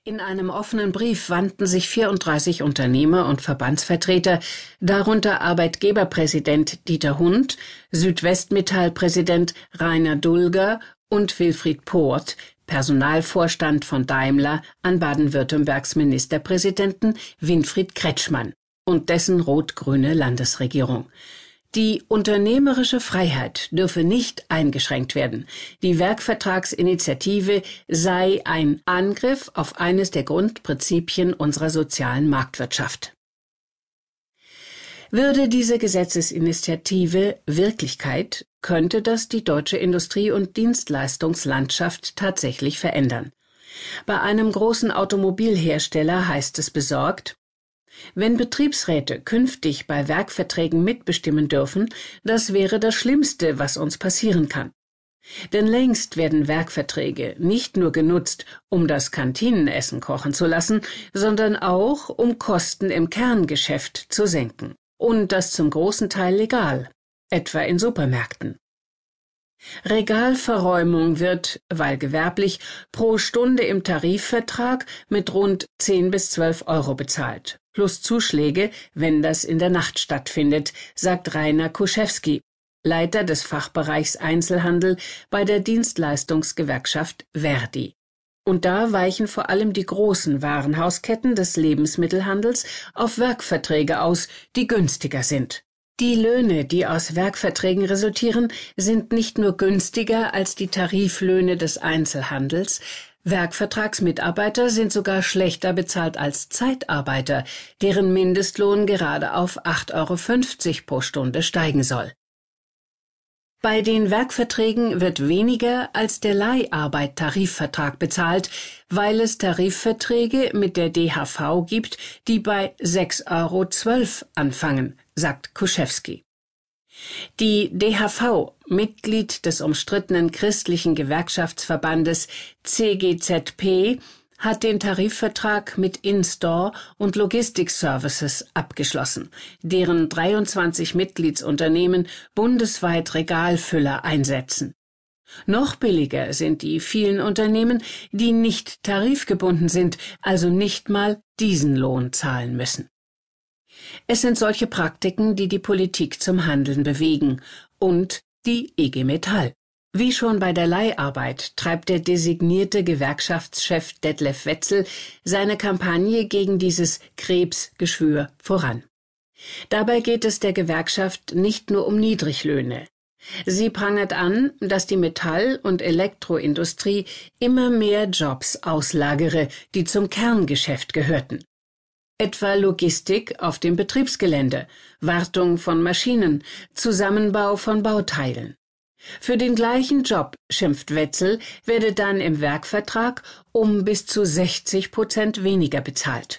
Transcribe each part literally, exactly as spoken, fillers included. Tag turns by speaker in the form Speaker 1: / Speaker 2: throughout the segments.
Speaker 1: In einem offenen Brief wandten sich vierunddreißig Unternehmer und Verbandsvertreter, darunter Arbeitgeberpräsident Dieter Hund, Südwestmetall-Präsident Rainer Dulger und Wilfried Poorth, Personalvorstand von Daimler, an Baden-Württembergs Ministerpräsidenten Winfried Kretschmann und dessen rot-grüne Landesregierung. Die unternehmerische Freiheit dürfe nicht eingeschränkt werden. Die Werkvertragsinitiative sei ein Angriff auf eines der Grundprinzipien unserer sozialen Marktwirtschaft. Würde diese Gesetzesinitiative Wirklichkeit, könnte das die deutsche Industrie- und Dienstleistungslandschaft tatsächlich verändern. Bei einem großen Automobilhersteller heißt es besorgt: Wenn Betriebsräte künftig bei Werkverträgen mitbestimmen dürfen, das wäre das Schlimmste, was uns passieren kann. Denn längst werden Werkverträge nicht nur genutzt, um das Kantinenessen kochen zu lassen, sondern auch, um Kosten im Kerngeschäft zu senken. Und das zum großen Teil legal, etwa in Supermärkten. Regalverräumung wird, weil gewerblich, pro Stunde im Tarifvertrag mit rund zehn bis zwölf Euro bezahlt, plus Zuschläge, wenn das in der Nacht stattfindet, sagt Rainer Kuschewski, Leiter des Fachbereichs Einzelhandel bei der Dienstleistungsgewerkschaft Verdi. Und da weichen vor allem die großen Warenhausketten des Lebensmittelhandels auf Werkverträge aus, die günstiger sind. Die Löhne, die aus Werkverträgen resultieren, sind nicht nur günstiger als die Tariflöhne des Einzelhandels. Werkvertragsmitarbeiter sind sogar schlechter bezahlt als Zeitarbeiter, deren Mindestlohn gerade auf acht Euro fünfzig pro Stunde steigen soll. Bei den Werkverträgen wird weniger als der Leiharbeit-Tarifvertrag bezahlt, weil es Tarifverträge mit der D H V gibt, die bei sechs Euro zwölf anfangen, sagt Kuschewski. Die D H V, Mitglied des umstrittenen christlichen Gewerkschaftsverbandes C G Z P, hat den Tarifvertrag mit In-Store und Logistic Services abgeschlossen, deren dreiundzwanzig Mitgliedsunternehmen bundesweit Regalfüller einsetzen. Noch billiger sind die vielen Unternehmen, die nicht tarifgebunden sind, also nicht mal diesen Lohn zahlen müssen. Es sind solche Praktiken, die die Politik zum Handeln bewegen, und die I G Metall. Wie schon bei der Leiharbeit treibt der designierte Gewerkschaftschef Detlef Wetzel seine Kampagne gegen dieses Krebsgeschwür voran. Dabei geht es der Gewerkschaft nicht nur um Niedriglöhne. Sie prangert an, dass die Metall- und Elektroindustrie immer mehr Jobs auslagere, die zum Kerngeschäft gehörten. Etwa Logistik auf dem Betriebsgelände, Wartung von Maschinen, Zusammenbau von Bauteilen. Für den gleichen Job, schimpft Wetzel, werde dann im Werkvertrag um bis zu sechzig Prozent weniger bezahlt.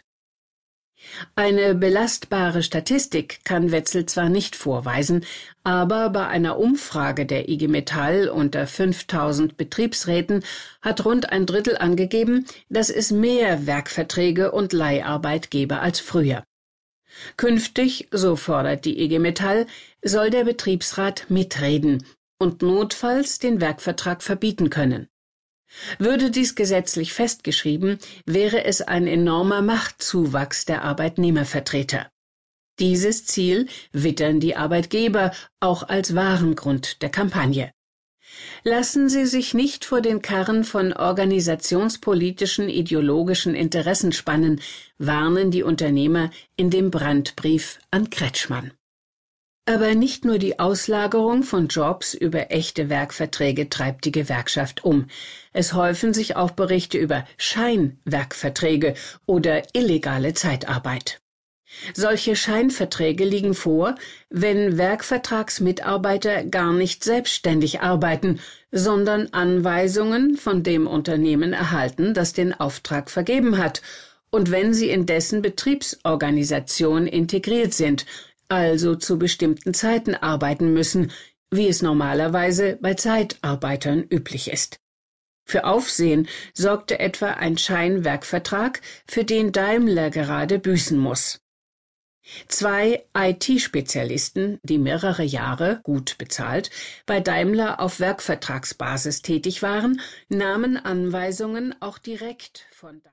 Speaker 1: Eine belastbare Statistik kann Wetzel zwar nicht vorweisen, aber bei einer Umfrage der I G Metall unter fünftausend Betriebsräten hat rund ein Drittel angegeben, dass es mehr Werkverträge und Leiharbeit gebe als früher. Künftig, so fordert die I G Metall, soll der Betriebsrat mitreden und notfalls den Werkvertrag verbieten können. Würde dies gesetzlich festgeschrieben, wäre es ein enormer Machtzuwachs der Arbeitnehmervertreter. Dieses Ziel wittern die Arbeitgeber auch als wahren Grund der Kampagne. Lassen Sie sich nicht vor den Karren von organisationspolitischen, ideologischen Interessen spannen, warnen die Unternehmer in dem Brandbrief an Kretschmann. Aber nicht nur die Auslagerung von Jobs über echte Werkverträge treibt die Gewerkschaft um. Es häufen sich auch Berichte über Scheinwerkverträge oder illegale Zeitarbeit. Solche Scheinverträge liegen vor, wenn Werkvertragsmitarbeiter gar nicht selbstständig arbeiten, sondern Anweisungen von dem Unternehmen erhalten, das den Auftrag vergeben hat, und wenn sie in dessen Betriebsorganisation integriert sind, also zu bestimmten Zeiten arbeiten müssen, wie es normalerweise bei Zeitarbeitern üblich ist. Für Aufsehen sorgte etwa ein Scheinwerkvertrag, für den Daimler gerade büßen muss. Zwei I T-Spezialisten, die mehrere Jahre, gut bezahlt, bei Daimler auf Werkvertragsbasis tätig waren, nahmen Anweisungen auch direkt von